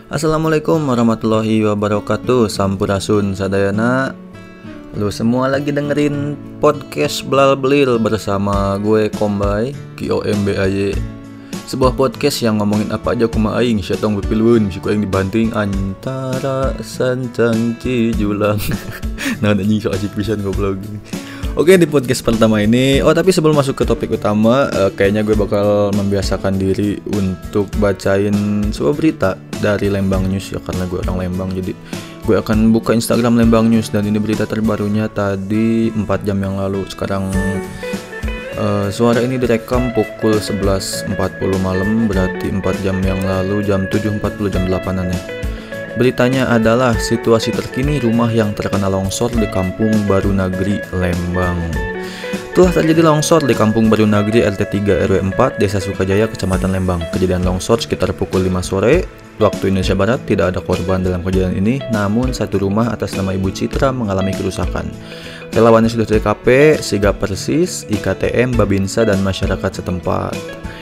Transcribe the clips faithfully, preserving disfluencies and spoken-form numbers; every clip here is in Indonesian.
Assalamualaikum warahmatullahi wabarakatuh. Sampurasun sadayana. Lu semua lagi dengerin podcast Blal Belil bersama gue Kombay K O M B A Y. Sebuah podcast yang ngomongin apa aja kuma aing, syatong bepilun, siku aing dibanting antara sancang cijulang. Nah, anjing so asik pisan goblok. Oke, di podcast pertama ini, oh tapi sebelum masuk ke topik utama, eh, kayaknya gue bakal membiasakan diri untuk bacain sebuah berita dari Lembang News ya, karena gue orang Lembang. Jadi gue akan buka Instagram Lembang News dan ini berita terbarunya tadi empat jam yang lalu. Sekarang uh, suara ini direkam pukul sebelas empat puluh malam, berarti empat jam yang lalu, jam tujuh empat puluh, jam delapanan ya. Beritanya adalah situasi terkini rumah yang terkena longsor di Kampung Baru Nagri, Lembang. Telah terjadi longsor di Kampung Baru Nagri R T tiga R W empat, Desa Sukajaya, Kecamatan Lembang. Kejadian longsor sekitar pukul lima sore waktu Indonesia Barat. Tidak ada korban dalam kejadian ini, namun satu rumah atas nama Ibu Citra mengalami kerusakan. Relawannya sudah di T K P, Siga Persis, I K T M, Babinsa, dan masyarakat setempat.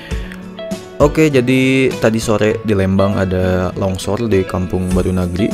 Oke, jadi tadi sore di Lembang ada longsor di Kampung Baru Nagri.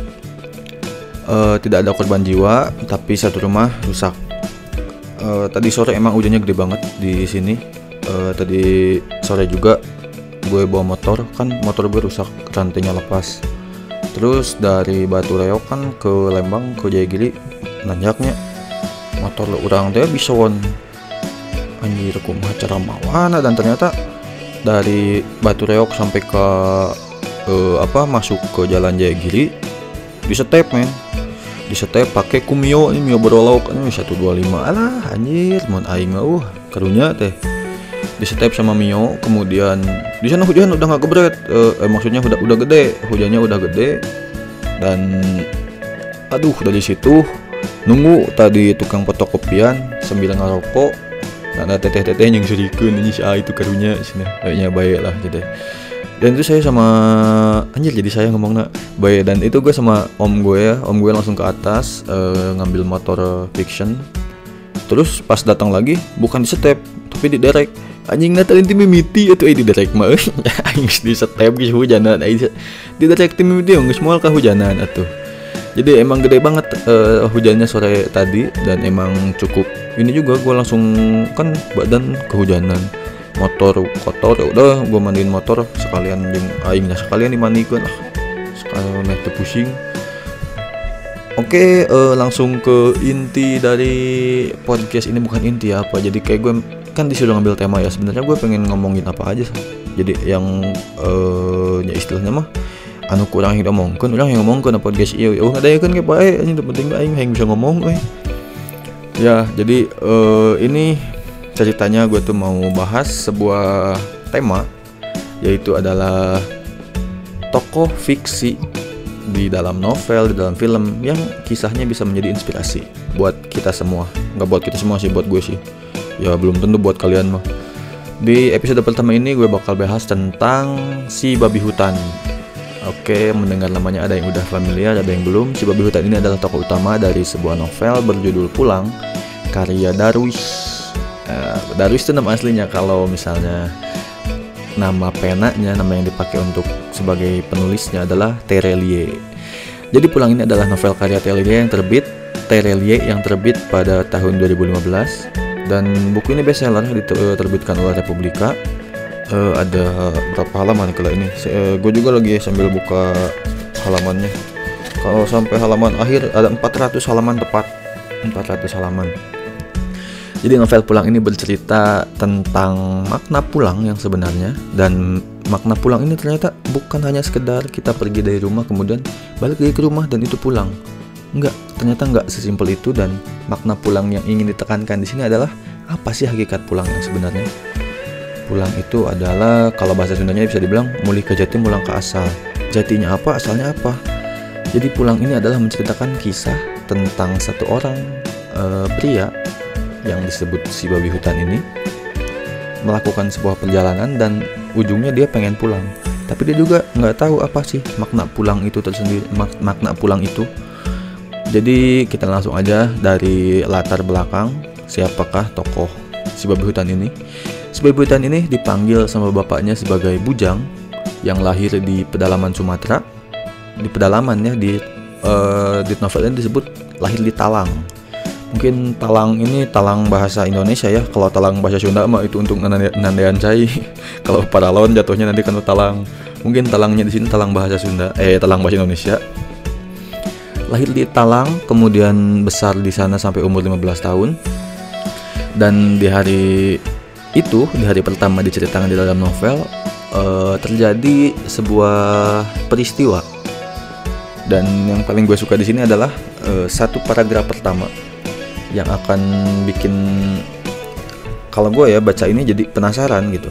Uh, tidak ada korban jiwa, tapi satu rumah rusak. Uh, tadi sore emang hujannya gede banget di sini. Uh, tadi sore juga gue bawa motor, kan motor gue rusak, rantainya lepas. Terus dari Batu Reok kan ke Lembang ke Jayagiri, nanjaknya motor lo urang teh bisa won. Anjir, kumaha cara mawana, dan ternyata dari Batu Reok sampai ke uh, apa masuk ke Jalan Jayagiri disetep men, disetep pakai kumio ini mio berolok ini seratus dua puluh lima. Alah anjir, mun aing mah uh karunya teh disetep sama mio. Kemudian di sana hujan udah nggak gebret, uh, eh, maksudnya udah udah gede, hujannya udah gede, dan aduh dari situ nunggu tadi tukang fotokopian sambil ngerokok. Nah, teteh-teteh yang surikeun ini ah itu karunya sini kayaknya baik lah gitu. Dan itu saya sama anjir, jadi saya ngomongnya baik, dan itu gue sama om gue ya, om gue langsung ke atas uh, ngambil motor fiction. Terus pas datang lagi bukan di step tapi di derek. Anjing natalin tim mimiti itu eh di derek mah aing di step geus hujanan aing di derek tim mimiti geus moal ka hujanan atuh. Jadi emang gede banget uh, hujannya sore tadi, dan emang cukup ini juga gue langsung kan badan kehujanan, motor kotor, ya udah gue mandiin motor sekalian jeung aingnya sekalian dimandikeun lah, sekalian meh teu pusing. Oke, uh, langsung ke inti dari podcast ini, bukan inti apa. Jadi kayak gue kan disuruh ngambil tema ya, sebenarnya gue pengen ngomongin apa aja. Jadi yang uh, ya istilahnya mah anu kurang yang ngomongkeun, urang yang ngomongkeun apa guys ieu. Oh ngadayakeun ge bae, anjing penting aing hayang bisa ngomong euy. Ya, jadi uh, ini ceritanya gue tuh mau bahas sebuah tema, yaitu adalah tokoh fiksi di dalam novel, di dalam film yang kisahnya bisa menjadi inspirasi buat kita semua. Nggak buat kita semua sih, buat gue sih. Ya belum tentu buat kalian mah. Di episode pertama ini gue bakal bahas tentang si babi hutan. Oke, mendengar namanya ada yang udah familiar, ada yang belum. Si babi hutan ini adalah tokoh utama dari sebuah novel berjudul Pulang, karya Darwis. Uh, Darwis itu nama aslinya, kalau misalnya nama penanya, nama yang dipakai untuk sebagai penulisnya adalah Terelie. Jadi Pulang ini adalah novel karya Terelie yang terbit Terelie yang terbit pada tahun dua ribu lima belas, dan buku ini bestseller, diterbitkan oleh Republika. Uh, ada berapa halaman kalau ini? Uh, gue juga lagi sambil buka halamannya. Kalau sampai halaman akhir ada empat ratus halaman tepat, empat ratus halaman. Jadi novel Pulang ini bercerita tentang makna pulang yang sebenarnya, dan makna pulang ini ternyata bukan hanya sekedar kita pergi dari rumah kemudian balik lagi ke rumah dan itu pulang. Enggak, ternyata enggak sesimpel itu, dan makna pulang yang ingin ditekankan di sini adalah apa sih hakikat pulang yang sebenarnya? Pulang itu adalah, kalau bahasa Sundanya bisa dibilang mulih ke jati mulang ke asal. Jatinya apa, asalnya apa. Jadi Pulang ini adalah menceritakan kisah tentang satu orang e, pria yang disebut si babi hutan ini melakukan sebuah perjalanan dan ujungnya dia pengen pulang. Tapi dia juga nggak tahu apa sih makna pulang itu tersendiri, mak- makna pulang itu. Jadi kita langsung aja dari latar belakang, siapakah tokoh si babi hutan ini. Si babi hutan ini dipanggil sama bapaknya sebagai Bujang yang lahir di pedalaman Sumatera di pedalaman ya, di uh, di novel ini disebut lahir di Talang. Mungkin Talang ini Talang bahasa Indonesia ya. Kalau Talang bahasa Sunda mah itu untuk nandean cai. Kalau paralon jatuhnya nanti kan Talang. Mungkin Talangnya di sini Talang bahasa Sunda, eh Talang bahasa Indonesia. Lahir di Talang, kemudian besar di sana sampai umur lima belas tahun. Dan di hari itu, di hari pertama diceritakan di dalam novel, uh, terjadi sebuah peristiwa. Dan yang paling gue suka di sini adalah uh, satu paragraf pertama yang akan bikin, kalau gue ya baca ini jadi penasaran gitu.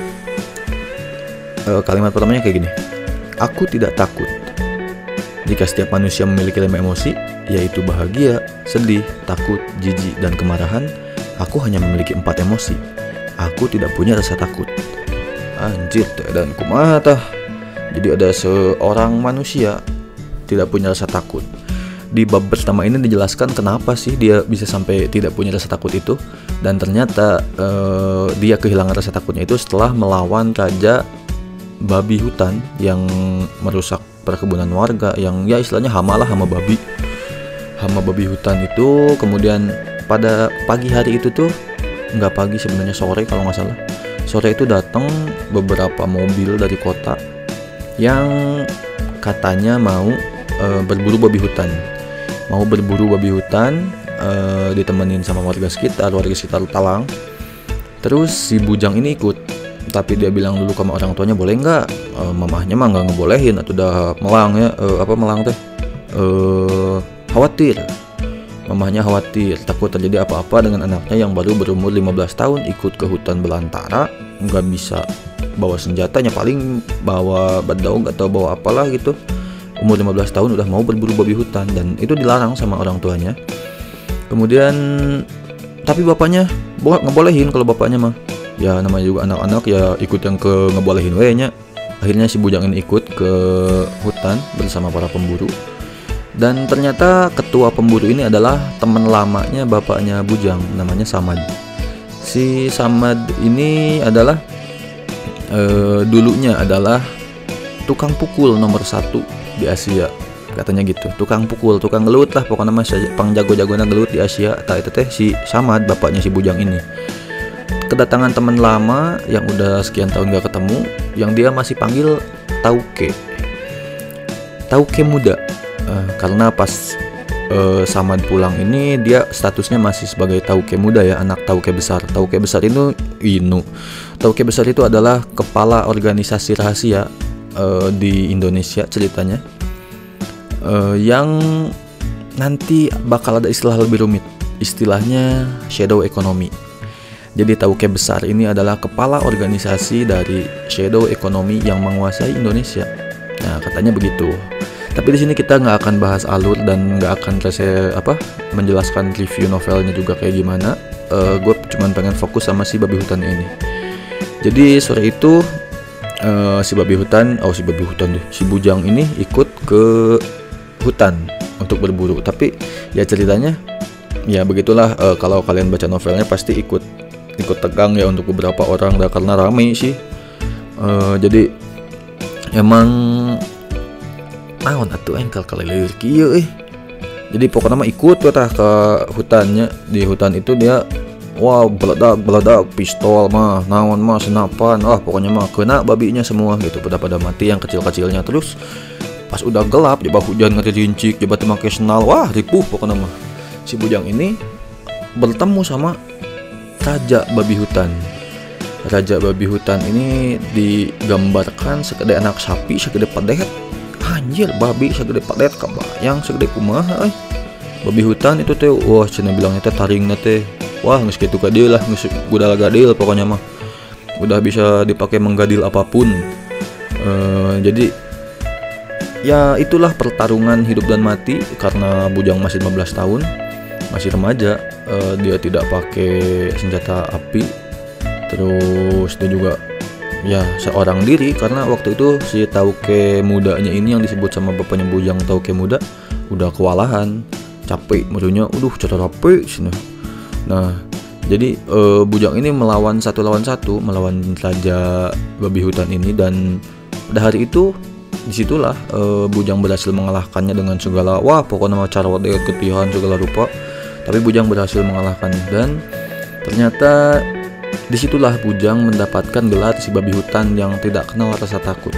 E, kalimat pertamanya kayak gini: aku tidak takut jika setiap manusia memiliki lima emosi, yaitu bahagia, sedih, takut, jijik, dan kemarahan. Aku hanya memiliki empat emosi. Aku tidak punya rasa takut. Anjir, dan kumaha tah. Jadi ada seorang manusia tidak punya rasa takut. Di bab pertama ini dijelaskan kenapa sih dia bisa sampai tidak punya rasa takut itu. Dan ternyata uh, dia kehilangan rasa takutnya itu setelah melawan raja babi hutan yang merusak perkebunan warga, yang ya istilahnya hama lah, hama babi hama babi hutan itu. Kemudian pada pagi hari itu tuh, nggak pagi sebenarnya, sore kalau nggak salah, sore itu datang beberapa mobil dari kota yang katanya mau uh, berburu babi hutan mau berburu babi hutan uh, ditemenin sama warga sekitar, warga sekitar Talang. Terus si bujang ini ikut, tapi dia bilang dulu sama orang tuanya, boleh nggak? Uh, mamahnya mah nggak ngebolehin, atau udah melang ya, uh, apa melang teh? Uh, khawatir, mamahnya khawatir, takut terjadi apa-apa dengan anaknya yang baru berumur lima belas tahun, ikut ke hutan belantara, nggak bisa bawa senjatanya, paling bawa badau atau bawa apalah gitu. Umur lima belas tahun udah mau berburu babi hutan, dan itu dilarang sama orang tuanya. Kemudian tapi bapaknya boleh ngebolehin. Kalau bapaknya mah ya namanya juga anak-anak ya, ikut yang ke ngebolehin we nya. Akhirnya si bujang ini ikut ke hutan bersama para pemburu. Dan ternyata ketua pemburu ini adalah teman lamanya bapaknya bujang, namanya Samad. Si Samad ini adalah e, dulunya adalah tukang pukul nomor satu di Asia, katanya gitu. Tukang pukul, tukang gelut lah pokoknya, mas pang jago-jagonya gelut di Asia. Tak itu teh si Samad, bapaknya si bujang ini. Kedatangan teman lama yang udah sekian tahun gak ketemu, yang dia masih panggil Tauke Tauke muda, uh, karena pas uh, Samad pulang ini dia statusnya masih sebagai Tauke muda ya, anak Tauke besar. Tauke besar itu Inu. Tauke besar itu adalah kepala organisasi rahasia Uh, di Indonesia ceritanya, uh, yang nanti bakal ada istilah lebih rumit, istilahnya shadow economy. Jadi Tauke besar ini adalah kepala organisasi dari shadow economy yang menguasai Indonesia. Nah katanya begitu. Tapi di sini kita nggak akan bahas alur dan nggak akan rese apa menjelaskan review novelnya juga kayak gimana. Uh, gue cuma pengen fokus sama si babi hutan ini. Jadi sore itu Uh, si babi hutan, oh si babi hutan deh, si bujang ini ikut ke hutan untuk berburu. Tapi ya ceritanya ya begitulah. Uh, kalau kalian baca novelnya pasti ikut ikut tegang ya untuk beberapa orang, dah karena rame sih. Uh, jadi emang naon atuh engkel kalilir kieu eh. Jadi pokoknya mah ikut tah ke hutannya. Di hutan itu dia wow, beledak beledak pistol mah, naon mah senapan, wah pokoknya mah kena babinya semua gitu, pada pada mati yang kecil-kecilnya. Terus pas udah gelap, coba hujan ngerincik, coba tuh make senal, wah ripuh pokoknya mah. Si bujang ini bertemu sama raja babi hutan. Raja babi hutan ini digambarkan segede anak sapi, segede padet. Anjir, babi segede padet, kabayang segede kumaha eh. Babi hutan itu teh, wah cenah bilangnya teh taringna teh. Wah, geus kitu ka dieu lah, geus budal gadil pokoknya mah. Udah bisa dipakai menggadil apapun. E, jadi ya itulah pertarungan hidup dan mati, karena bujang masih lima belas tahun, masih remaja. E, dia tidak pakai senjata api. Terus dia juga ya seorang diri, karena waktu itu si Tauke mudanya ini yang disebut sama bapaknya bujang Tauke muda udah kewalahan, capek murunya, udah capek sini. Nah, jadi e, bujang ini melawan satu lawan satu, melawan raja babi hutan ini. Dan pada hari itu disitulah uh, Bujang berhasil mengalahkannya dengan segala wah pokoknya mah cara wadah ketihan segala rupa. Tapi Bujang berhasil mengalahkannya dan ternyata disitulah Bujang mendapatkan gelar si babi hutan yang tidak kenal rasa takut.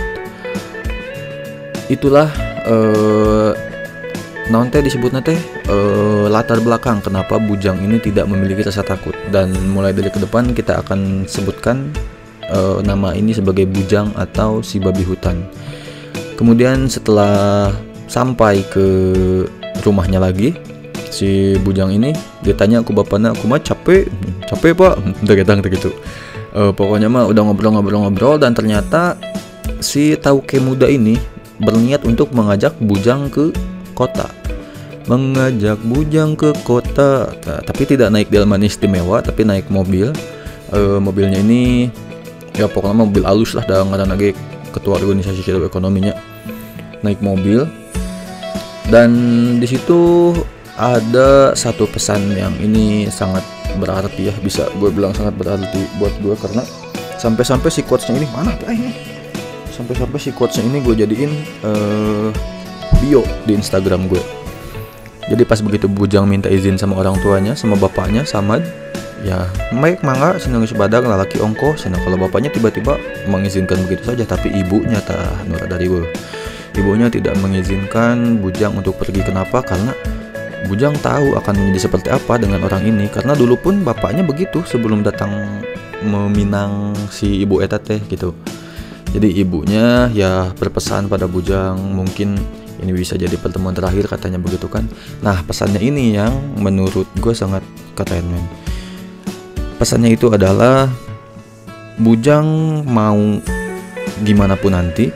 Itulah uh, naon teh disebutnya teh uh, latar belakang kenapa Bujang ini tidak memiliki rasa takut. Dan mulai dari ke depan kita akan sebutkan uh, nama ini sebagai Bujang atau si babi hutan. Kemudian setelah sampai ke rumahnya lagi, si Bujang ini ditanya aku bapaknya, aku mah capek, capek pak, udah gitu gitu. Uh, pokoknya mah udah ngobrol-ngobrol-ngobrol dan ternyata si Tauke muda ini berniat untuk mengajak Bujang ke kota, mengajak Bujang ke kota, nah, tapi tidak naik delman istimewa, tapi naik mobil. Uh, mobilnya ini ya pokoknya mobil alus lah, dah ngaran lagi ketua organisasi shadow ekonominya, naik mobil. Dan di situ ada satu pesan yang ini sangat berarti ya, bisa gue bilang sangat berarti buat gue karena sampai-sampai si quotes-nya ini mana tuh ini, sampai-sampai si quotes-nya ini gue jadiin uh, bio di Instagram gue. Jadi pas begitu Bujang minta izin sama orang tuanya, sama bapaknya, sama ya baik mangga senang sebadak lalaki ongko senang. Kalau bapaknya tiba-tiba mengizinkan begitu saja, tapi ibunya tah nur dari gue, ibunya tidak mengizinkan Bujang untuk pergi. Kenapa? Karena Bujang tahu akan menjadi seperti apa dengan orang ini, karena dulu pun bapaknya begitu sebelum datang meminang si ibu eta teh gitu. Jadi ibunya ya berpesan pada Bujang, mungkin ini bisa jadi pertemuan terakhir katanya begitu kan. Nah pesannya ini yang menurut gue sangat keren men. Pesannya itu adalah Bujang mau gimana pun nanti,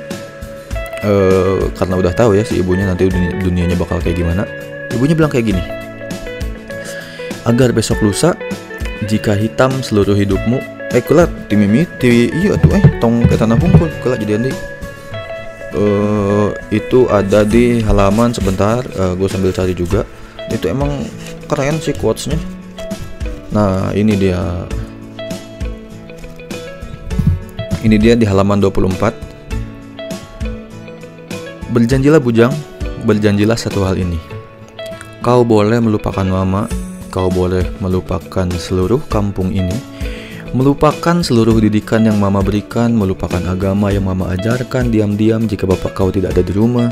uh, karena udah tahu ya si ibunya nanti dunia, dunianya bakal kayak gimana. Ibunya bilang kayak gini, agar besok lusa jika hitam seluruh hidupmu, eh kelak timimi ti iya tuh eh tong ke tanah hungkul kelak jadi andi. Uh, itu ada di halaman sebentar, uh, gue sambil cari juga. Itu emang keren sih quotesnya. Nah ini dia, ini dia di halaman dua puluh empat. Berjanjilah Bujang, berjanjilah satu hal ini. Kau boleh melupakan mama, kau boleh melupakan seluruh kampung ini, melupakan seluruh didikan yang mama berikan, melupakan agama yang mama ajarkan diam-diam jika bapak kau tidak ada di rumah.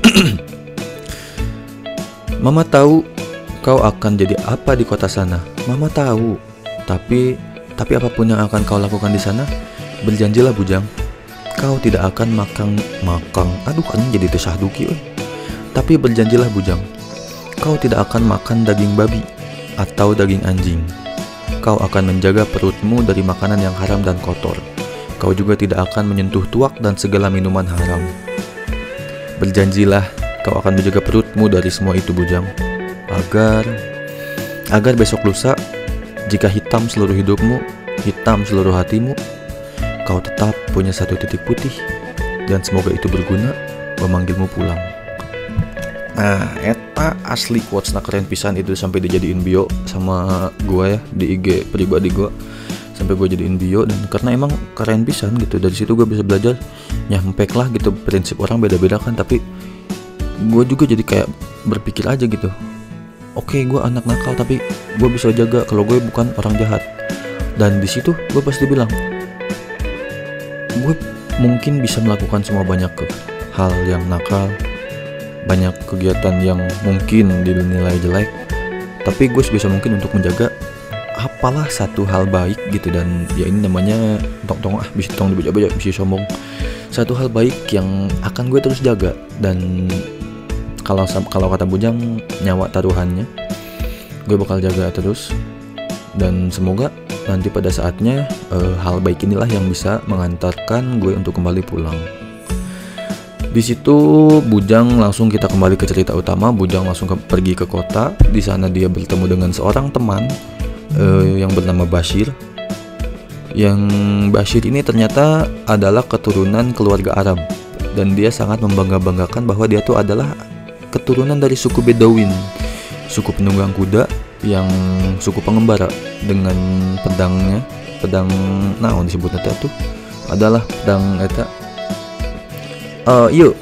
Mama tahu kau akan jadi apa di kota sana. Mama tahu, tapi tapi apapun yang akan kau lakukan di sana, berjanjilah Bujang, kau tidak akan makan makan. Aduh kan jadi tesahduki. Tapi berjanjilah Bujang, kau tidak akan makan daging babi atau daging anjing. Kau akan menjaga perutmu dari makanan yang haram dan kotor. Kau juga tidak akan menyentuh tuak dan segala minuman haram. Berjanjilah kau akan menjaga perutmu dari semua itu Bujang, agar agar besok lusa jika hitam seluruh hidupmu, hitam seluruh hatimu, kau tetap punya satu titik putih, dan semoga itu berguna memanggilmu pulang. Nah, eta asli quotes na keren pisan, itu sampai dijadiin bio sama gua ya di I G pribadi gua, sampai gua jadiin bio. Dan karena emang keren pisan gitu, dari situ gua bisa belajar nyampek lah gitu, prinsip orang beda-beda kan, tapi gua juga jadi kayak berpikir aja gitu, oke okay, gua anak nakal tapi gua bisa jaga kalau gue bukan orang jahat. Dan di situ gua pasti bilang gue mungkin bisa melakukan semua banyak hal yang nakal, banyak kegiatan yang mungkin dinilai jelek, tapi gue sebisa mungkin untuk menjaga apalah satu hal baik gitu. Dan ya ini namanya tong-tong ah bisa tong dibaca-baca bisa sombong, satu hal baik yang akan gue terus jaga. Dan kalau kalau kata Bujang, nyawa taruhannya, gue bakal jaga terus. Dan semoga nanti pada saatnya uh, hal baik inilah yang bisa mengantarkan gue untuk kembali pulang. Di situ Bujang langsung kita kembali ke cerita utama. Bujang langsung ke, pergi ke kota. Di sana dia bertemu dengan seorang teman uh, yang bernama Bashir. Yang Bashir ini ternyata adalah keturunan keluarga Arab, dan dia sangat membangga-banggakan bahwa dia tuh adalah keturunan dari suku Bedouin, suku penunggang kuda, yang suku pengembara dengan pedangnya, pedang naon disebutnya tuh adalah pedang eta uh, yuk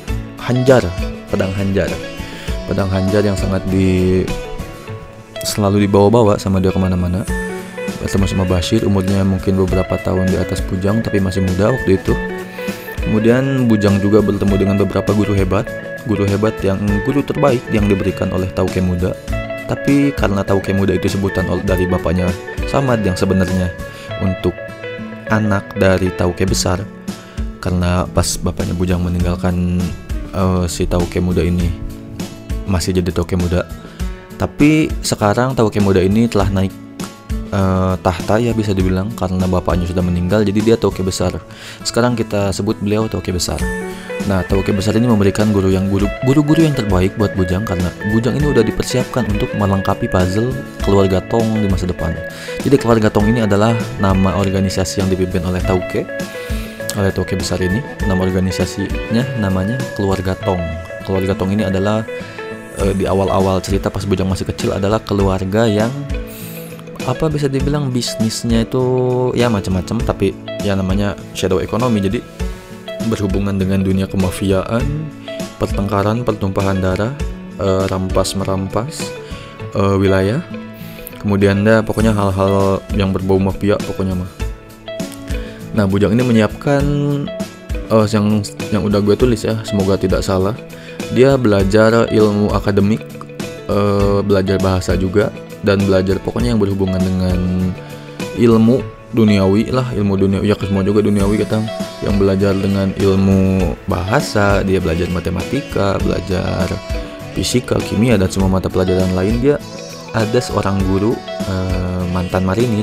Hanjar, pedang Hanjar. Pedang Hanjar yang sangat di selalu dibawa-bawa sama dia kemana-mana. Bersama sama Bashir, umurnya mungkin beberapa tahun di atas Bujang tapi masih muda waktu itu. Kemudian Bujang juga bertemu dengan beberapa guru hebat, guru hebat yang guru terbaik yang diberikan oleh Tauke Muda. Tapi karena Tauke Muda itu sebutan dari bapaknya Samad yang sebenarnya untuk anak dari Tauke besar, karena pas bapaknya Bujang meninggalkan uh, si Tauke Muda ini masih jadi Tauke Muda. Tapi sekarang Tauke Muda ini telah naik uh, tahta ya bisa dibilang, karena bapaknya sudah meninggal jadi dia Tauke besar. Sekarang kita sebut beliau Tauke besar. Nah, Tauke besar ini memberikan guru yang guru guru-guru yang terbaik buat Bujang, karena Bujang ini udah dipersiapkan untuk melengkapi puzzle keluarga Tong di masa depan. Jadi keluarga Tong ini adalah nama organisasi yang dipimpin oleh Tauke oleh Tauke besar ini. Nama organisasinya namanya Keluarga Tong. Keluarga Tong ini adalah di awal-awal cerita pas Bujang masih kecil adalah keluarga yang apa bisa dibilang bisnisnya itu ya macam-macam, tapi ya namanya shadow economy, jadi berhubungan dengan dunia kemafiaan, pertengkaran, pertumpahan darah, e, rampas merampas e, wilayah, kemudian ya pokoknya hal-hal yang berbau mafia pokoknya mah. Nah, Bujang ini menyiapkan e, yang yang udah gue tulis ya, semoga tidak salah. Dia belajar ilmu akademik, uh, belajar bahasa juga, dan belajar pokoknya yang berhubungan dengan ilmu duniawi lah, ilmu duniawi ya, semua juga duniawi kita. Yang belajar dengan ilmu bahasa, dia belajar matematika, belajar fisika, kimia, dan semua mata pelajaran lain. Dia ada seorang guru uh, mantan marinir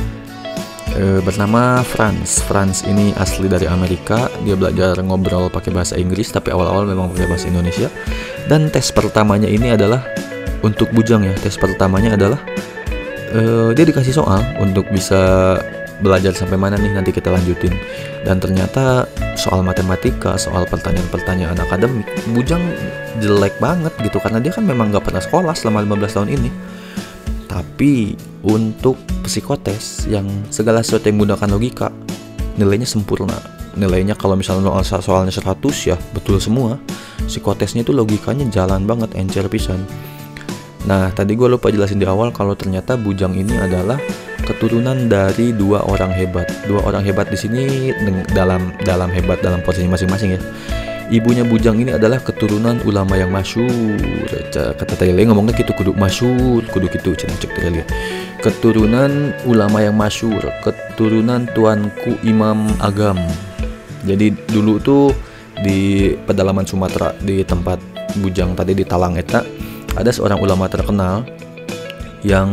E, bernama Franz. Franz ini asli dari Amerika. Dia belajar ngobrol pakai bahasa Inggris, tapi awal-awal memang pakai bahasa Indonesia. Dan tes pertamanya ini adalah untuk Bujang ya. Tes pertamanya adalah e, dia dikasih soal untuk bisa belajar sampai mana nih, nanti kita lanjutin. Dan ternyata soal matematika, soal pertanyaan-pertanyaan akademik, Bujang jelek banget gitu, karena dia kan memang gak pernah sekolah selama lima belas tahun ini. Tapi untuk psikotes yang segala sesuatu yang menggunakan logika, nilainya sempurna. Nilainya kalau misalnya soalnya seratus ya betul semua. Psikotesnya itu logikanya jalan banget, encer pisan. Nah, tadi gue lupa jelasin di awal kalau ternyata Bujang ini adalah keturunan dari dua orang hebat. Dua orang hebat di sini dalam dalam hebat dalam posisi masing-masing ya. Ibunya Bujang ini adalah keturunan ulama yang masyhur. Kata Tele ngomongnya gitu, kudu masyhur, kudu gitu cenah cek Tele. Keturunan ulama yang masyhur, keturunan tuanku Imam Agam. Jadi dulu tuh di pedalaman Sumatera, di tempat Bujang tadi di Talang eta, ada seorang ulama terkenal yang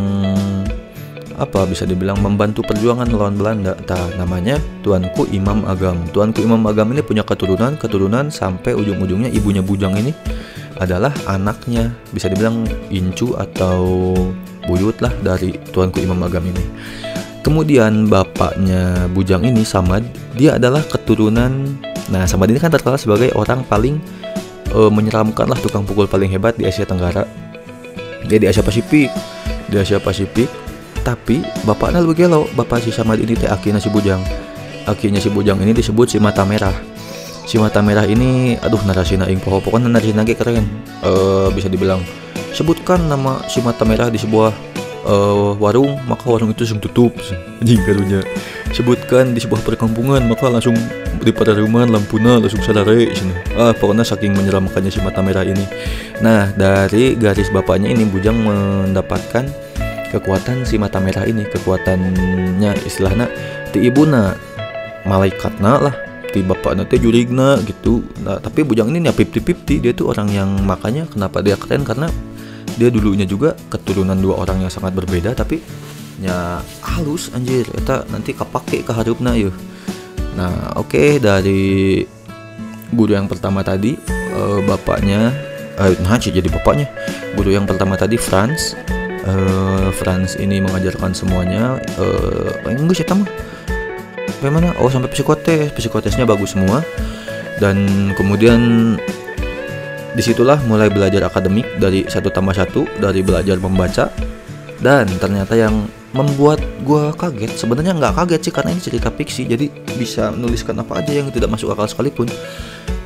apa bisa dibilang membantu perjuangan melawan Belanda. Tah, namanya Tuanku Imam Agam. Tuanku Imam Agam ini punya keturunan, keturunan sampai ujung-ujungnya ibunya Bujang ini adalah anaknya, bisa dibilang incu atau buyut lah dari Tuanku Imam Agam ini. Kemudian bapaknya Bujang ini Samad, dia adalah keturunan. Nah, Samad ini kan terkenal sebagai orang paling e, menyeramkan lah, tukang pukul paling hebat di Asia Tenggara. Dia di Asia Pasifik, di Asia Pasifik. Tapi bapaknya lebih gelo, bapak si Samad ini teh akinya si Bujang. Akinya si Bujang ini disebut si Mata Merah. Si Mata Merah ini, aduh narasina ing poho, pokoknya narasina ge keren. E, bisa dibilang sebutkan nama si Mata Merah di sebuah e, warung, maka warung itu langsung tutup. Anjing karunya. Sebutkan di sebuah perkampungan, maka langsung di padaruman lampuna langsung sadare sini. Ah, pokoknya saking menyeramkannya si Mata Merah ini. Nah, dari garis bapaknya ini Bujang mendapatkan kekuatan si Mata Merah ini, kekuatannya istilahnya ti ibuna malaikatna lah, ti bapakna teh jurigna gitu. Nah, tapi Bujang ini ya fifty-fifty, dia tuh orang yang, makanya kenapa dia keren, karena dia dulunya juga keturunan dua orang yang sangat berbeda, tapi nya halus anjir eta nanti kapake ka harupna yeuh. Nah, oke okay, dari guru yang pertama tadi uh, bapaknya uh, nah jadi bapaknya guru yang pertama tadi Franz. Uh, Franz ini mengajarkan semuanya. Uh, enggak sih tamu. Bagaimana? Oh, sampai psikotes, psikotesnya bagus semua. Dan kemudian disitulah mulai belajar akademik dari satu tambah satu, dari belajar membaca. Dan ternyata yang membuat gue kaget, sebenarnya nggak kaget sih karena ini cerita fiksi, jadi bisa menuliskan apa aja yang tidak masuk akal sekalipun.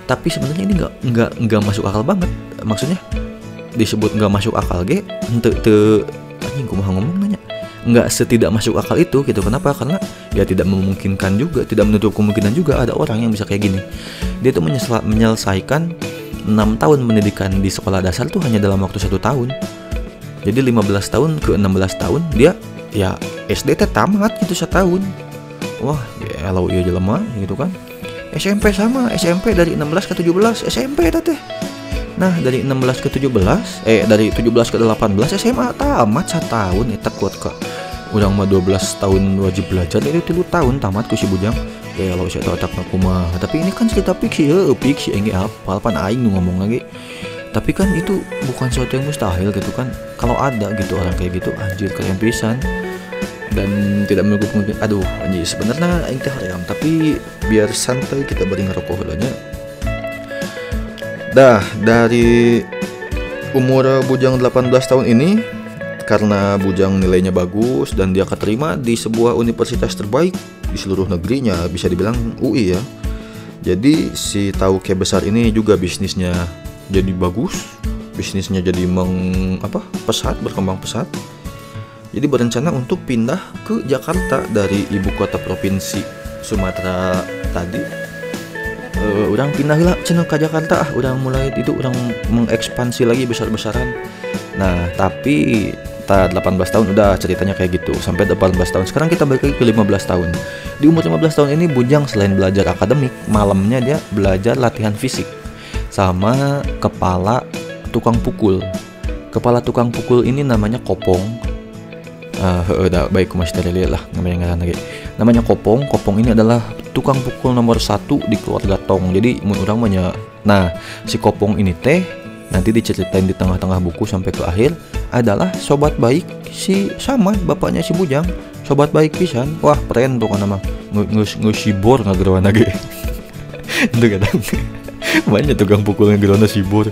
Tapi sebenarnya ini nggak nggak nggak masuk akal banget. Maksudnya disebut nggak masuk akal ge ente te anjing kumaha ngomong nanya nggak setidak masuk akal itu gitu. Kenapa? Karena ya tidak memungkinkan juga, tidak menutup kemungkinan juga ada orang yang bisa kayak gini. Dia tuh menyesla, menyelesaikan enam tahun pendidikan di sekolah dasar tuh hanya dalam waktu satu tahun. Jadi lima belas tahun ke enam belas tahun dia ya S D teh tamat gitu setahun. Wah, ya lo iya jelema gitu kan. S M P sama, S M P dari enam belas ke tujuh belas S M P teh. Nah, dari enam belas ke tujuh belas, eh dari tujuh belas ke delapan belas S M A tamat setahun eta kuat ka. Urang mah dua belas tahun wajib belajar itu tilu tahun tamat ku si bujang. Ya lo saya tahu otak kumaha. Tapi ini kan cerita fiksi, heuh fiksi engge apal pan aing nu ngomong lagi. Tapi kan itu bukan sesuatu yang mustahil gitu kan. Kalau ada gitu orang kayak gitu, anjir keren pisan. Dan tidak menutup kemungkinan. Aduh, anjir sebenarnya aing teh hoream, tapi biar santai kita bari ngerokok heula nya. Dah, dari umur bujang delapan belas tahun ini, karena bujang nilainya bagus dan dia keterima di sebuah universitas terbaik di seluruh negerinya, bisa dibilang U I ya. Jadi si Tauke besar ini juga bisnisnya jadi bagus, bisnisnya jadi meng apa pesat berkembang pesat. Jadi berencana untuk pindah ke Jakarta dari ibu kota provinsi Sumatera tadi. Uh, orang pindah lah cenah ke Jakarta ah, orang mulai itu orang mengekspansi lagi besar-besaran. Nah tapi ta delapan belas tahun udah ceritanya kayak gitu sampai delapan belas tahun. Sekarang kita balik lagi ke lima belas tahun. Di umur lima belas tahun ini bujang selain belajar akademik, malamnya dia belajar latihan fisik sama kepala tukang pukul. Kepala tukang pukul ini namanya Kopong. Uh, udah baik masih terlihat lah namanya lagi. Namanya Kopong. Kopong ini adalah tukang pukul nomor satu di keluarga Tong. Jadi mun urang mah nya. Nah, si Kopong ini teh nanti diceritain di tengah-tengah buku sampai ke akhir adalah sobat baik si Samad, bapaknya si bujang. Sobat baik pisan. Wah, keren tuh kan nama. Nge-sibor ngagerawan lagi. Itu kadang banyak tukang pukul yang gerona sibor.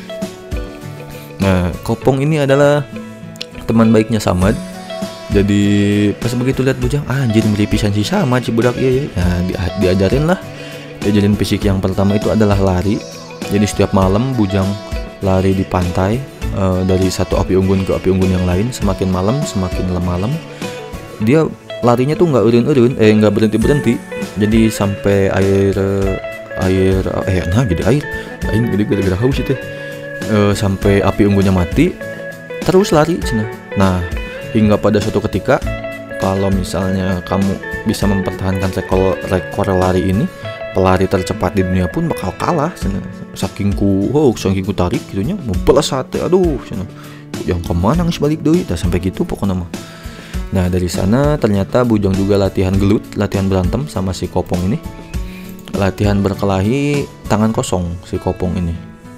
Nah, Kopong ini adalah teman baiknya Samad. Jadi pas begitu lihat bujang, ah, anjir mirip pisan si Samad si budak ieu. Nah, di, diajarin lah. Diajarin fisik yang pertama itu adalah lari. Jadi setiap malam bujang lari di pantai uh, dari satu api unggun ke api unggun yang lain. Semakin malam semakin malam dia larinya tuh nggak urun-urun, eh nggak berhenti-berhenti. Jadi sampai air air eh nah jadi air aing gede gara-gara haus itu uh, sampai api unggunnya mati terus lari cenah. Nah hingga pada suatu ketika kalau misalnya kamu bisa mempertahankan rekor rekor lari ini, pelari tercepat di dunia pun bakal kalah cenah. Saking ku oh saking ku tarik gitunya membelas hati. Aduh cenah yang kemana nggak balik deui tah sampai gitu pokoknya mah. Nah dari sana ternyata bujang juga latihan gelut, latihan berantem sama si Kopong ini. Latihan berkelahi tangan kosong si Kopong ini.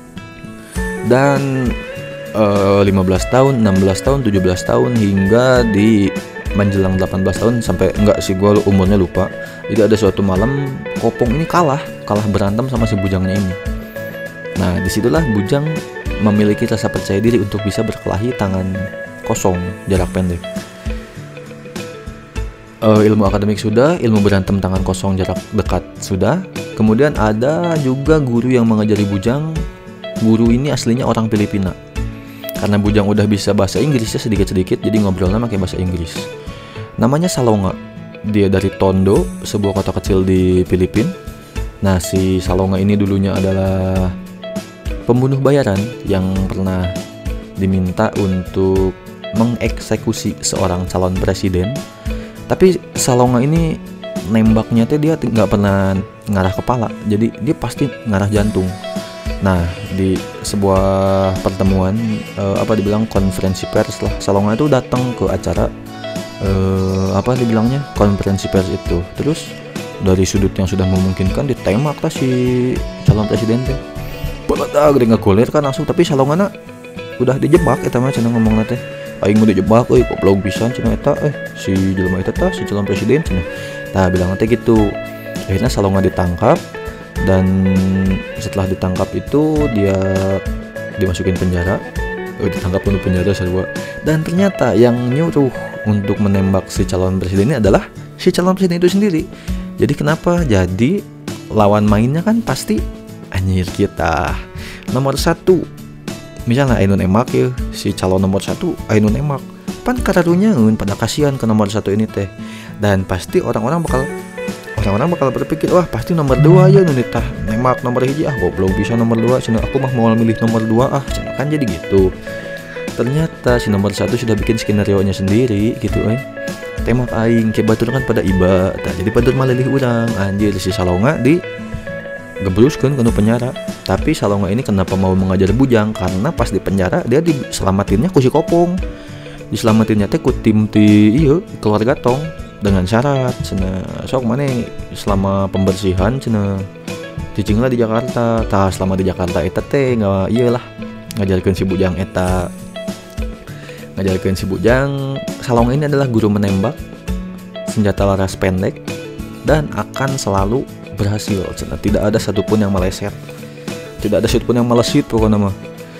Dan uh, lima belas tahun, enam belas tahun, tujuh belas tahun hingga di menjelang delapan belas tahun sampai enggak sih gua umurnya lupa. Jadi ada suatu malam Kopong ini kalah, kalah berantem sama si bujangnya ini. Nah, disitulah bujang memiliki rasa percaya diri untuk bisa berkelahi tangan kosong jarak pendek. Uh, ilmu akademik sudah, ilmu berantem tangan kosong jarak dekat sudah. Kemudian ada juga guru yang mengajari bujang. Guru ini aslinya orang Filipina. Karena bujang udah bisa bahasa Inggrisnya sedikit-sedikit, jadi ngobrolnya pakai bahasa Inggris. Namanya Salonga. Dia dari Tondo, sebuah kota kecil di Filipina. Nah, si Salonga ini dulunya adalah pembunuh bayaran yang pernah diminta untuk mengeksekusi seorang calon presiden. Tapi Salonga ini nembaknya tuh dia nggak pernah ngarah kepala, jadi dia pasti ngarah jantung. Nah di sebuah pertemuan uh, apa dibilang konferensi pers lah, Salonga itu datang ke acara uh, apa dibilangnya konferensi pers itu. Terus dari sudut yang sudah memungkinkan ditembak lah si calon presiden teh. Baladag nggak goler kan langsung, tapi Salonga udah dijebak eta mah cenah ngomong teh. Aing mau dijebak euy goblok pisan cenah eta eh si jelema eta tah si calon presiden cenah. Tah bilang teh gitu. Akhirnya Salonga ditangkap dan setelah ditangkap itu dia dimasukin penjara. Oh, ditangkap penuh penjara sarua. Dan ternyata yang nyuruh untuk menembak si calon presiden ini adalah si calon presiden itu sendiri. Jadi kenapa? Jadi lawan mainnya kan pasti anjir kita nomor satu misalnya Ainun emak ya si calon nomor satu Ainun emak pan kararunya pada kasihan ke nomor satu ini teh, dan pasti orang-orang bakal orang-orang bakal berpikir wah pasti nomor dua ya nunitah nemak nomor hiji ah goblok bisa nomor dua cina aku mah mau milih nomor dua ah cina kan jadi gitu. Ternyata si nomor satu sudah bikin skenario nya sendiri gitu eh temak aing kebatur kan pada iba tak jadi batur malilih urang anjir si Salonga di gebruskeun kana penjara. Tapi Salonga ini kenapa mau mengajar Bujang karena pas di penjara dia diselamatinnya ku si Kopong, diselamatinnya teh ku tim ti ieu keluarga Tong dengan syarat cenah sok maneh selama pembersihan cenah cicinglah di Jakarta tah selama di Jakarta eta teh enggak iyalah ngajarkeun si Bujang eta ngajarkeun si Bujang Salonga ini adalah guru menembak senjata laras pendek dan akan selalu berhasil cenah tidak ada satupun yang meleset, tidak ada satupun yang meleset pokoknya mah.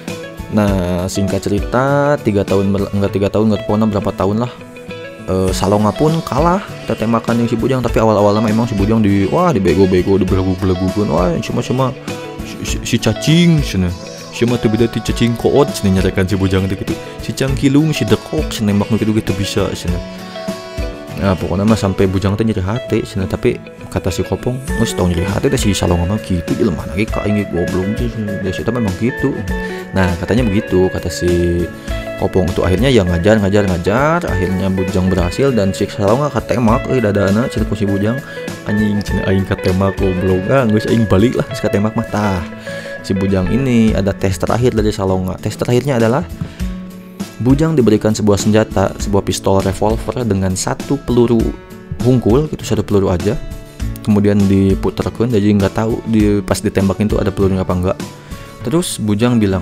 Nah singkat cerita tiga tahun enggak tiga tahun enggak pokoknya berapa tahun lah e, Salonga pun kalah tembakan yang si Bujang. Tapi awal-awalnya memang si Bujang di wah di bego-bego di belagu-belagukan wah cuma-cuma si, si cacing sana cuma tuh beda ti cacing koot sana nyarekan si Bujang itu gitu si cangkilung si dekok sana nembak gitu gitu bisa sana. Nah pokoknya mah sampai Bujang teh nyeri hati sana. Tapi kata si Kopong geus tong nyeri hati teh si Salonga mah kitu jelema lagi ka inget goblok dia sih memang gitu. Nah katanya begitu kata si Kopong itu akhirnya ya ngajar ngajar ngajar akhirnya Bujang berhasil dan si Salonga katemak euy dadana cenah ku si Bujang anjing cenah aing katemak goblok ah geus aing balik lah geus katemak mah tah. Si Bujang ini ada tes terakhir dari Salonga. Tes terakhirnya adalah Bujang diberikan sebuah senjata, sebuah pistol revolver dengan satu peluru hungkul gitu, satu peluru aja. Kemudian diputerkeun jadi nggak tahu di pas ditembakin tuh ada pelurunya apa enggak. Terus Bujang bilang,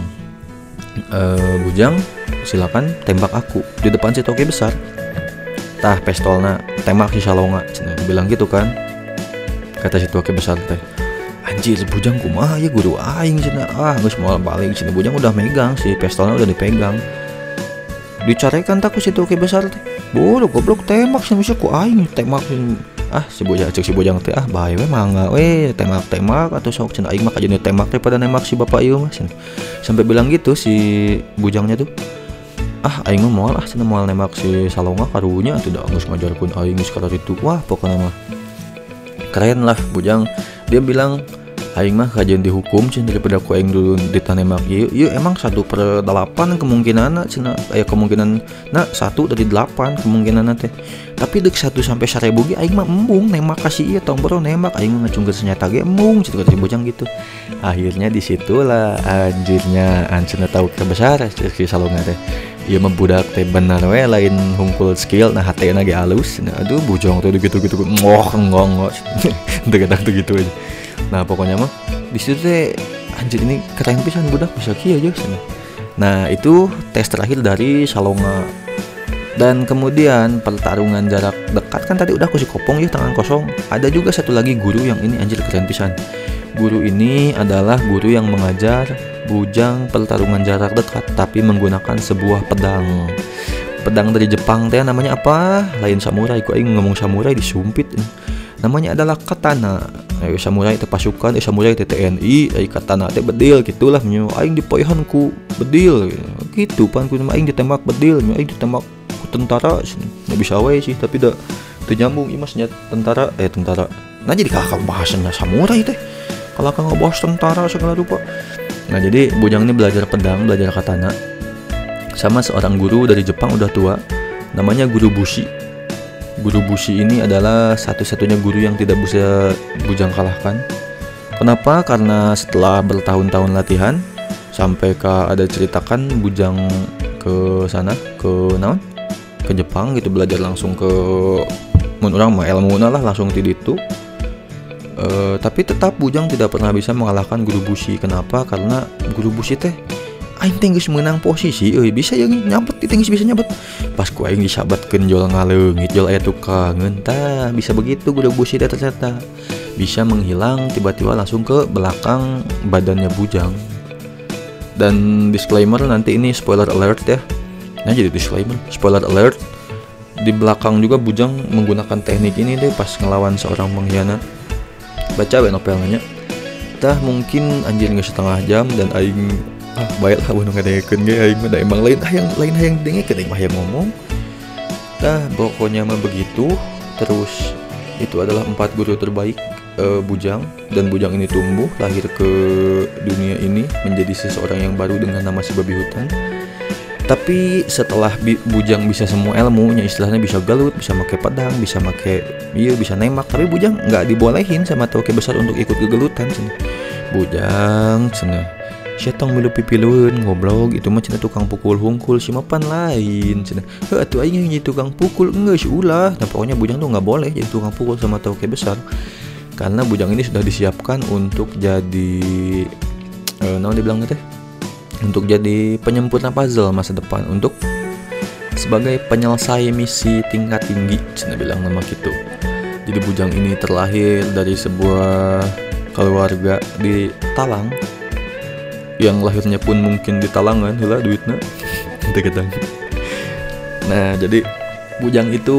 e, Bujang silakan tembak aku di depan si toke besar. Tah pistolnya tembak si Salonga, cenah bilang gitu kan. Kata si toke besar teh, anjir Bujang kumaha ya guru aing cenah ah geus moal balik cenah. Bujang udah megang si pistolnya udah dipegang. Dicarekan tak ku si toke besar teh. Bodoh goblok tembak sih bisa ku aing tembak ah si Bujang cek si Bujang teh ah bae we mangga we tembak-tembak atau sok cenah aing mah kajana tembak daripada nembak si bapak ieu mah cenah. Sampai bilang gitu si Bujangnya tuh. Ah aing mah moal ah cenah moal nembak si Salonga karunya atuh da geus ngajarkeun aing geus kada itu. Wah pokoknya mah keren lah Bujang. Dia bilang aing mah kajian dihukum cina daripada ku aing dulu ditanemak ieu. Ieu emang satu per delapan kemungkinan cina aya kemungkinan nah satu dari delapan kemungkinan teh. Tapi dek satu sampai seribu ge aing mah embung nembak kasih ieu tong bro nembak aing mah ngacungkeun senjata ge embung cina kata Bujang gitu. Akhirnya disitulah anjirnya ancena tahu kebesar si Salonga teh. Ieu mah budak teh bener we lain hungkul skill nah hatena ge alus. Nah aduh Bujang teh gitu-gitu ngoh ngong teu gitu aja. Nah pokoknya mah di situ teh anjir ini keren pisan budak bisa kieu aja sana. Nah itu tes terakhir dari Salonga. Dan kemudian pertarungan jarak dekat kan tadi udah ku si Kopong ya tangan kosong. Ada juga satu lagi guru yang ini anjir keren pisan. Guru ini adalah guru yang mengajar Bujang pertarungan jarak dekat tapi menggunakan sebuah pedang. Pedang dari Jepang teh namanya apa? Lain samurai, ku aing ngomong samurai disumpit. Namanya adalah katana. Ayo samurai teh pasukan, eh samurai teh T N I, ai katana teh bedil gitulah nyu. Aing dipoehan ku bedil gitu pan ku aing ditembak bedil, nyu aing ditembak ku tentara. Ya bisa we sih tapi da teu nyambung ieu masnya tentara eh tentara. Nah jadi kakak bahasanya samurai teh. Kalau kakak ngebahas tentara segala rupa. Nah jadi Bujang ini belajar pedang, belajar katana sama seorang guru dari Jepang udah tua, namanya Guru Bushi. Guru Bushi ini adalah satu-satunya guru yang tidak bisa Bujang kalahkan. Kenapa? Karena setelah bertahun-tahun latihan sampai ke ada ceritakan Bujang ke sana ke naon? Ke Jepang gitu belajar langsung ke mun urang mah ilmuna lah langsung ti ditu. Uh, tapi tetap Bujang tidak pernah bisa mengalahkan Guru Bushi. Kenapa? Karena Guru Bushi teh aing teh geus meunang posisi euy bisa yang nyabet teh geus bisa nyabet pas ku aing disabatkeun jol ngaleungit jol aya tukangeun tah bisa begitu Guru Bushi teh ternyata bisa menghilang tiba-tiba langsung ke belakang badannya Bujang. Dan disclaimer nanti ini spoiler alert ya. Nah jadi disclaimer spoiler alert di belakang juga Bujang menggunakan teknik ini deh pas ngelawan seorang pengkhianat. Baca we novelnya. tah mungkin anjir geus setengah jam dan aing ah baiklah mun ngadengekeun ge aing mah da emang lain hayang lain hayang dengekeun aing mah hayang ngomong. Tah pokoknya mah begitu. Terus itu adalah empat guru terbaik uh, Bujang, dan Bujang ini tumbuh lahir ke dunia ini menjadi seseorang yang baru dengan nama si babi hutan. Tapi setelah bi- Bujang bisa semua ilmunya, istilahnya bisa gelut, bisa make pedang, bisa make iya, bisa nembak, tapi Bujang nggak dibolehin sama Tauke besar untuk ikut ke gelutan cenah. Bujang cenah syetong milu pipileun ngoblok itu mah cenah tukang pukul hungkul si mapan lain cenah. Heuh atuh aing jadi tukang pukul geus ulah. Nah pokoknya Bujang tuh nggak boleh jadi tukang pukul sama Tauke besar. Karena Bujang ini sudah disiapkan untuk jadi eh naon dibilang teh? Untuk jadi penyempurna puzzle masa depan, untuk sebagai penyelesai misi tingkat tinggi cenah bilang nama gitu. Jadi Bujang ini terlahir dari sebuah keluarga di Talang, yang lahirnya pun mungkin di Talangan heula duitna teu gedang. Nah, jadi Bujang itu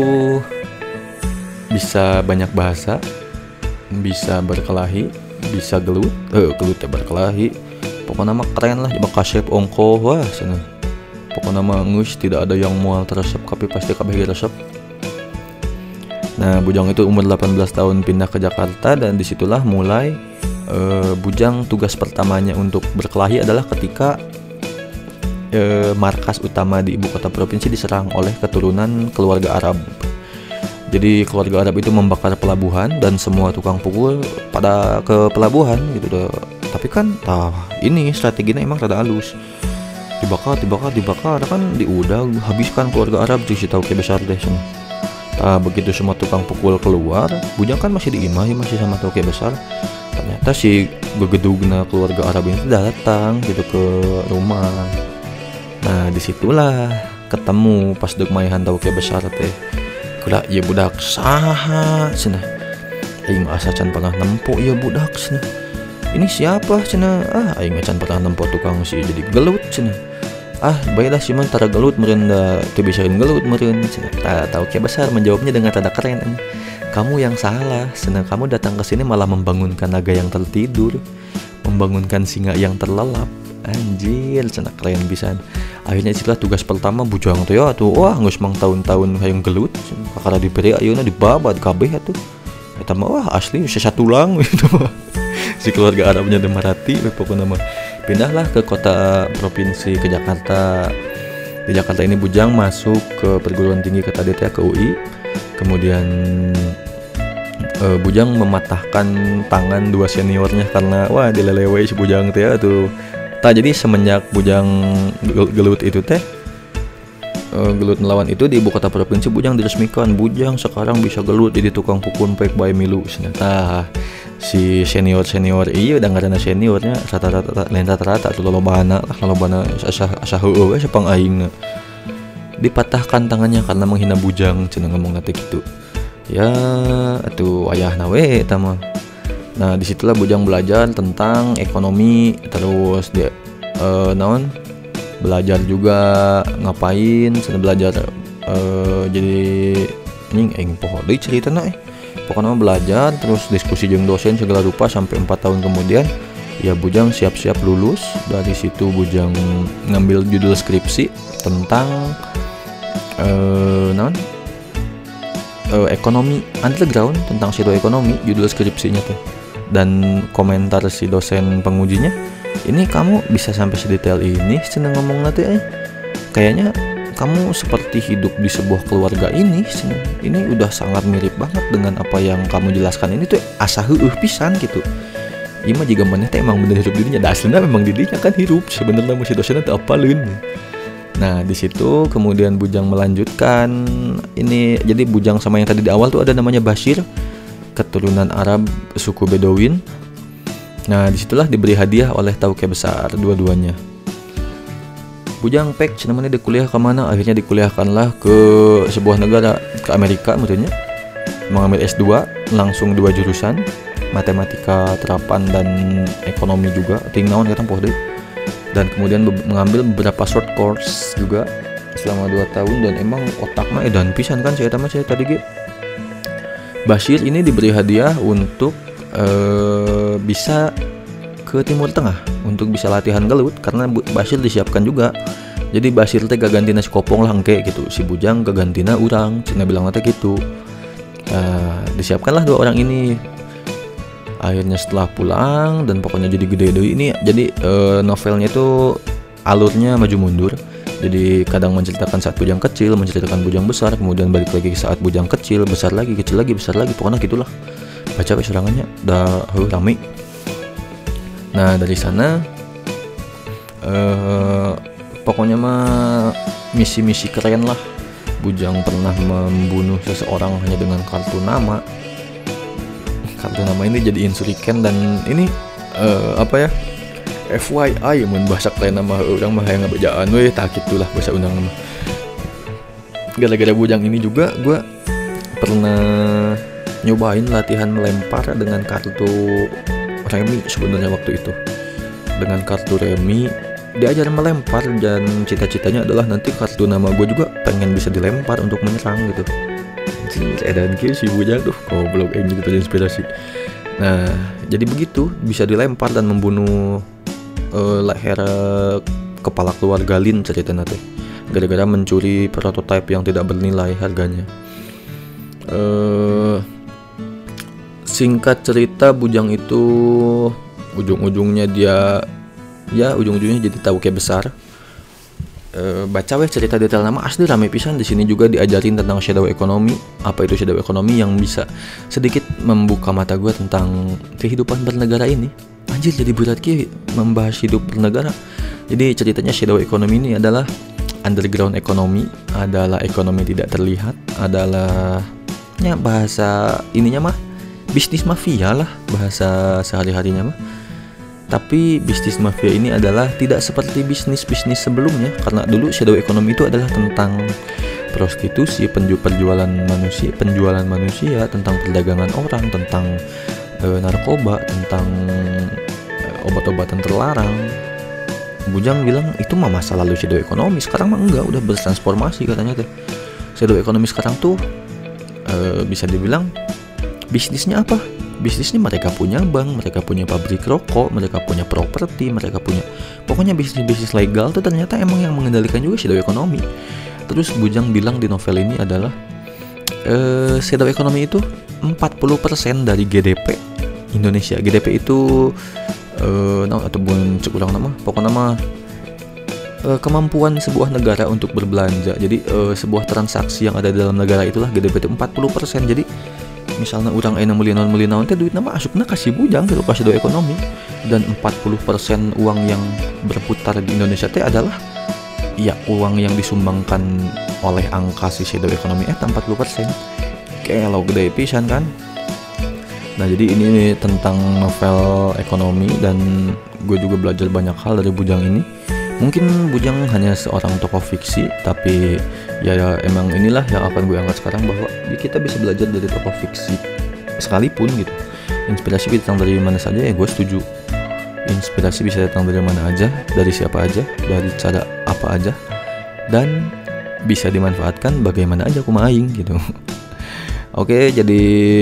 bisa banyak bahasa, bisa berkelahi, bisa gelut, eh gelut ya berkelahi. Pokoknya mah keren lah, coba kasep ongko wah sana. Pokoknya mah ngus tidak ada yang mual teresep, tapi pasti kabeh resep. Nah, Bujang itu umur delapan belas tahun pindah ke Jakarta, dan disitulah mulai uh, Bujang tugas pertamanya untuk berkelahi adalah ketika uh, markas utama di ibu kota provinsi diserang oleh keturunan keluarga Arab. Jadi keluarga Arab itu membakar pelabuhan dan semua tukang pukul pada ke pelabuhan gitu deh. Tapi kan tah ini strateginya emang rada halus. Dibakar, dibakar, dibakar kan diudah habiskan keluarga Arab jadi Tauke besar deh semua. Tah begitu semua tukang pukul keluar, Bujang kan masih diimahi masih sama Tauke besar. Ternyata si gegedugna keluarga Arab ini datang gitu ke rumah. Nah, disitulah ketemu pas deuk maihan Tauke besar teh. Kula ieu budak saha cenah. Aing asa can pernah nempo ieu budak cenah. Ini siapa cenah? Ah aing can pernah nempo tukang si jadi gelut cenah. Ah baiklah si man tara gelut meureun da teu bisaeun gelut meureun cenah. Tah Tauke besar menjawabnya dengan tanda keren. Kamu yang salah, senang kamu datang ke sini malah membangunkan naga yang tertidur, membangunkan singa yang terlelap. Anjir, cenah keren pisan. Akhirnya itulah tugas pertama Bujang tuh ya tuh. Wah, geus mang tahun-tahun hayang gelut. Kakara diberi ayeuna dibabat kabeh atuh. Eta mah wah asli sesatulang gitu mah. Si keluarga Arabnya demarati pokoknya mah pindahlah ke kota provinsi ke Jakarta. Di Jakarta ini Bujang masuk ke perguruan tinggi Kertajaya ke U I. Kemudian uh, Bujang mematahkan tangan dua seniornya karena wah dilelewe si Bujang teh atuh. Tah jadi semenjak Bujang gelut itu teh uh, gelut melawan itu di ibu kota provinsi, Bujang diresmikan Bujang sekarang bisa gelut jadi tukang pukul pek bae milu. Tah si senior-senior iya udah ngaranna seniornya rata-rata lain rata-rata atuh lolobana lah lolobana asa asa heueuh we sepang aingna. Dipatahkan tangannya karena menghina Bujang cenah ngomong nanti gitu. Ya atuh ayahna we eta mah. Nah, disitulah Bujang belajar tentang ekonomi, terus dia uh, naon? Belajar juga ngapain, cenah belajar uh, jadi anjing aing poho deui caritana eh. Pokoknya belajar terus diskusi jeung dosen segala rupa sampai empat tahun kemudian ya Bujang siap-siap lulus. Dari situ Bujang ngambil judul skripsi tentang eh naon? Eh, ekonomi underground, tentang pseudo ekonomi judul skripsinya tuh. Dan komentar si dosen pengujinya, "Ini kamu bisa sampai sedetail ini cenah ngomong nanti eh. Kayaknya kamu seperti hidup di sebuah keluarga ini, ini udah sangat mirip banget dengan apa yang kamu jelaskan ini tuh asa heueuh pisan gitu." Ieu mah jiga maneh teh emang bener hidup dirinya, da aslina memang dirinya kan hirup, sebenarnya masih dosenna teu apaleun. Nah, di situ kemudian Bujang melanjutkan ini. Jadi Bujang sama yang tadi di awal tuh ada namanya Bashir, keturunan Arab suku Bedouin. Nah, disitulah diberi hadiah oleh Tauke besar dua-duanya. Bujang pek namanya di kuliah ke mana? Akhirnya dikuliahkanlah ke sebuah negara, ke Amerika maksudnya. Mengambil S dua, langsung dua jurusan, matematika terapan dan ekonomi juga. Ting naon kata poh deui. Dan kemudian be- mengambil beberapa short course juga selama dua tahun, dan emang otak mah edan pisan kan saya tama saya tadi ge. Bashir ini diberi hadiah untuk ee, bisa ke Timur Tengah untuk bisa latihan gelut karena Basir disiapkan juga. Jadi Basir teh gagantina si Kopong lah engke gitu, si Bujang gagantina urang, cina bilang teh gitu. Nah, disiapkanlah dua orang ini. Akhirnya setelah pulang dan pokoknya jadi gede deh ini. Jadi uh, novelnya itu alurnya maju mundur. Jadi kadang menceritakan saat Bujang kecil, menceritakan Bujang besar, kemudian balik lagi ke saat Bujang kecil, besar lagi, kecil lagi, besar lagi, pokoknya gitulah. Baca serangannya udah uh, rame. Nah dari sana uh, pokoknya mah misi-misi keren lah. Bujang pernah membunuh seseorang hanya dengan kartu nama. Kartu nama ini jadiin shuriken dan ini uh, apa ya? F Y I mun bahasa lain nama orang mah yang ngabejaan we tah kitulah bahasa undang nama. Gara-gara Bujang ini juga gue pernah nyobain latihan melempar dengan kartu remi sebenarnya waktu itu. Dengan kartu remi diajar melempar dan cita-citanya adalah nanti kartu nama gue juga pengen bisa dilempar untuk menyerang gitu. Dan kira si Bujang tuh goblok ini gitu inspirasi. Nah, jadi begitu bisa dilempar dan membunuh Uh, leher uh, kepala keluarga Lin ceritanya teh gara-gara mencuri prototipe yang tidak bernilai harganya. Uh, singkat cerita Bujang itu ujung-ujungnya dia ya ujung-ujungnya jadi tauke besar. Uh, baca weh cerita detail nama asli rame pisan. Di sini juga diajarin tentang shadow economy. Apa itu shadow economy yang bisa sedikit membuka mata gue tentang kehidupan bernegara ini. Anjir jadi berat ki membahas hidup bernegara. Jadi ceritanya shadow economy ini adalah underground economy, adalah ekonomi tidak terlihat, adalah ya bahasa ininya mah bisnis mafia lah bahasa sehari-harinya mah. Tapi bisnis mafia ini adalah tidak seperti bisnis-bisnis sebelumnya karena dulu shadow economy itu adalah tentang prostitusi, penjualan manusia, penjualan manusia, tentang perdagangan orang, tentang e, narkoba, tentang e, obat-obatan terlarang. Bujang bilang itu mah masa lalu shadow economy, sekarang mah enggak, udah bertransformasi katanya teh. Shadow economy sekarang tuh e, bisa dibilang bisnisnya apa? Bisnisnya mereka punya bank, mereka punya pabrik rokok, mereka punya properti, mereka punya pokoknya bisnis-bisnis legal tuh ternyata emang yang mengendalikan juga shadow economy. Terus Bujang bilang di novel ini adalah uh, shadow economy itu empat puluh persen dari G D P Indonesia. G D P itu uh, nah, atau bukan kurang nama, pokoknya nama uh, kemampuan sebuah negara untuk berbelanja. Jadi uh, sebuah transaksi yang ada di dalam negara itulah G D P itu empat puluh persen. Jadi misalnya orang enak melinaun melinaun teh duitnya mah asupna kasih Bujang gitu kasih shadow economy. Dan empat puluh persen uang yang berputar di Indonesia teh adalah ya uang yang disumbangkan oleh angka si shadow economy eh empat puluh persen. Kayak lo gede pisan kan. Nah jadi ini nih, tentang novel ekonomi dan gue juga belajar banyak hal dari Bujang ini. Mungkin Bujang hanya seorang tokoh fiksi, tapi ya, ya emang inilah yang akan gue angkat sekarang bahwa ya, kita bisa belajar dari tokoh fiksi sekalipun gitu. Inspirasi bisa datang dari mana saja ya gue setuju. Inspirasi bisa datang dari mana aja, dari siapa aja, dari cara apa aja, dan bisa dimanfaatkan bagaimana aja kumaing gitu. Oke, jadi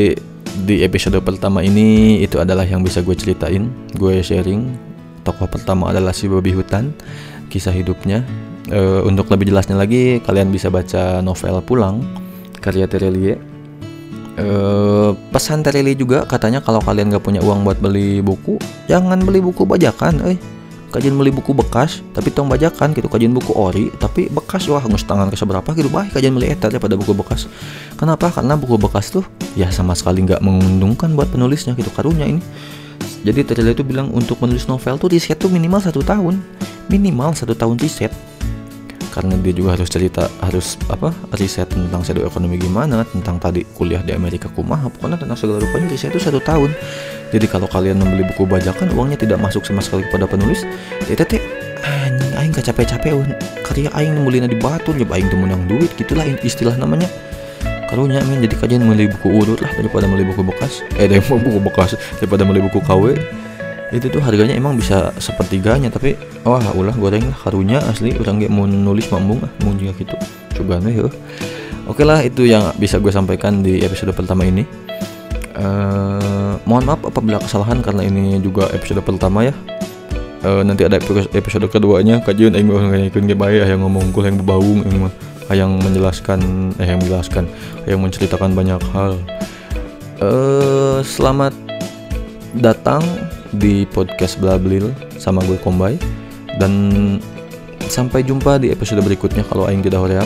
di episode pertama ini itu adalah yang bisa gue ceritain, gue sharing. Tokoh pertama adalah si babi hutan, kisah hidupnya. E, untuk lebih jelasnya lagi, kalian bisa baca novel Pulang karya Terelie. E, pesan Terelie juga katanya kalau kalian gak punya uang buat beli buku, jangan beli buku bajakan, eh. Kajian beli buku bekas, tapi tong bajakan gitu. Kajian buku ori, tapi bekas wah ngus tangan ke seberapa gitu. Baik kajian beli eta daripada buku bekas. Kenapa? Karena buku bekas tuh ya sama sekali nggak menguntungkan buat penulisnya gitu. Karunya ini. Jadi Terelie itu bilang untuk menulis novel tuh riset tuh minimal satu tahun, minimal satu tahun riset. Karena dia juga harus cerita, harus apa riset tentang shadow economy gimana, tentang tadi kuliah di Amerika kumaha, pokoknya tentang segala rupanya riset itu satu tahun. Jadi kalau kalian membeli buku bajakan uangnya tidak masuk sama sekali kepada penulis, ya teh anjing aing gak capek-capek karya aing membelinya di Batur, ya aing teu menang duit gitulah istilah namanya. Karunya men jadi kajian beli buku urut lah daripada beli buku bekas. Eh daripada buku bekas daripada beli buku K W. Itu tuh harganya emang bisa sepertiganya, tapi wah ulah goreng lah karunya asli urang ge mau nulis mambung ah mun juga gitu. Coba nih heuh. Oke lah itu yang bisa gue sampaikan di episode pertama ini. Uh, mohon maaf apabila kesalahan karena ini juga episode pertama ya. Uh, nanti ada episode keduanya kajian aing mau ngayakeun ge bae aya ngomong kul yang bebaung aing mah hayang menjelaskan eh yang menjelaskan hayang menceritakan banyak hal. Uh, selamat datang di podcast Blablil sama gue Kombay dan sampai jumpa di episode berikutnya kalau aing tidak hoream.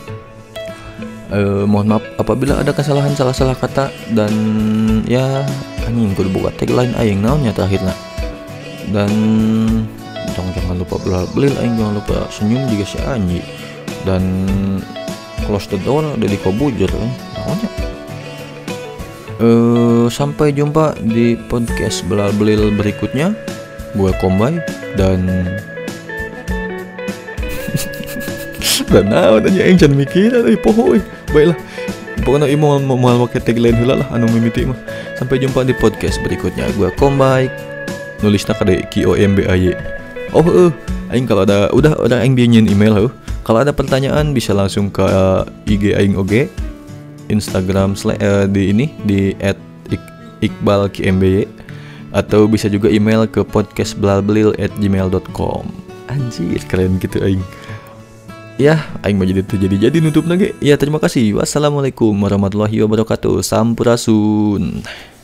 Uh, mohon maaf apabila ada kesalahan salah-salah kata dan ya anjing kudu buka tagline aing naonnya terakhirna. Dan jangan jangan lupa Blablil aing jangan lupa senyum juga si Anji dan close the door dari Kobujer eh. Naonnya. Uh, sampai jumpa di podcast Blablil berikutnya. Gue Kombay dan dan naon aja aing can mikiran euy poho euy. Baiklah. Pokoknya ieu mau moal make tagline heula lah anu mimiti mah. Sampai jumpa di podcast berikutnya. Gue Kombay. Nulisna kade K O M B A Y. Oh eh aing kalau ada udah udah aing bikin email heuh. Kalau ada pertanyaan bisa langsung ke uh, I G aing oge. Instagram uh, di ini di et iqbal k m b y atau bisa juga email ke podcast blablil at gmail dot com. Anjir keren gitu aing. Ya, aing mau jadi tuh jadi jadi nutup lagi. Ya, terima kasih. Wassalamualaikum warahmatullahi wabarakatuh. Sampurasun.